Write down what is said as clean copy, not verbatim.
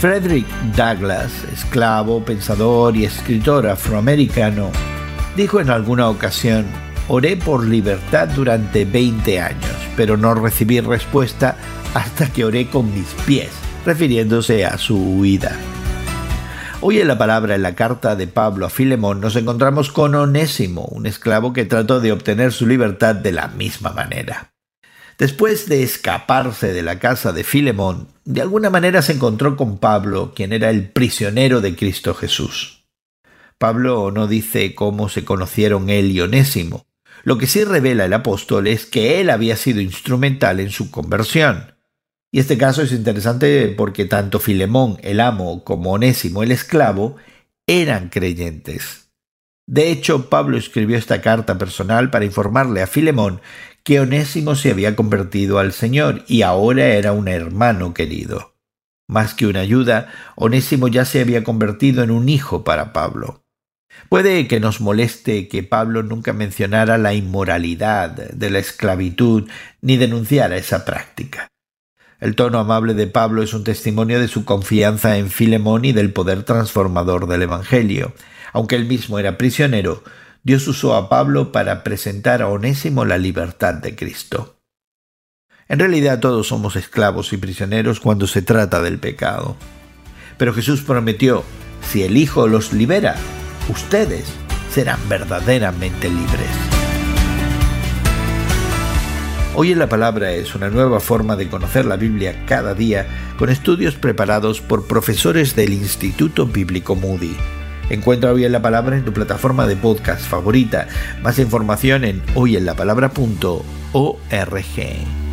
Frederick Douglass, esclavo, pensador y escritor afroamericano, dijo en alguna ocasión: oré por libertad durante 20 años, pero no recibí respuesta hasta que oré con mis pies, refiriéndose a su huida. Hoy en la palabra, en la carta de Pablo a Filemón, nos encontramos con Onésimo, un esclavo que trató de obtener su libertad de la misma manera. Después de escaparse de la casa de Filemón, de alguna manera se encontró con Pablo, quien era el prisionero de Cristo Jesús. Pablo no dice cómo se conocieron él y Onésimo. Lo que sí revela el apóstol es que él había sido instrumental en su conversión. Y este caso es interesante porque tanto Filemón, el amo, como Onésimo, el esclavo, eran creyentes. De hecho, Pablo escribió esta carta personal para informarle a Filemón que Onésimo se había convertido al Señor y ahora era un hermano querido. Más que una ayuda, Onésimo ya se había convertido en un hijo para Pablo. Puede que nos moleste que Pablo nunca mencionara la inmoralidad de la esclavitud ni denunciara esa práctica. El tono amable de Pablo es un testimonio de su confianza en Filemón y del poder transformador del Evangelio. Aunque él mismo era prisionero, Dios usó a Pablo para presentar a Onésimo la libertad de Cristo. En realidad todos somos esclavos y prisioneros cuando se trata del pecado. Pero Jesús prometió: si el Hijo los libera, ustedes serán verdaderamente libres. Hoy en la Palabra es una nueva forma de conocer la Biblia cada día con estudios preparados por profesores del Instituto Bíblico Moody. Encuentra Hoy en la Palabra en tu plataforma de podcast favorita. Más información en hoyenlapalabra.org.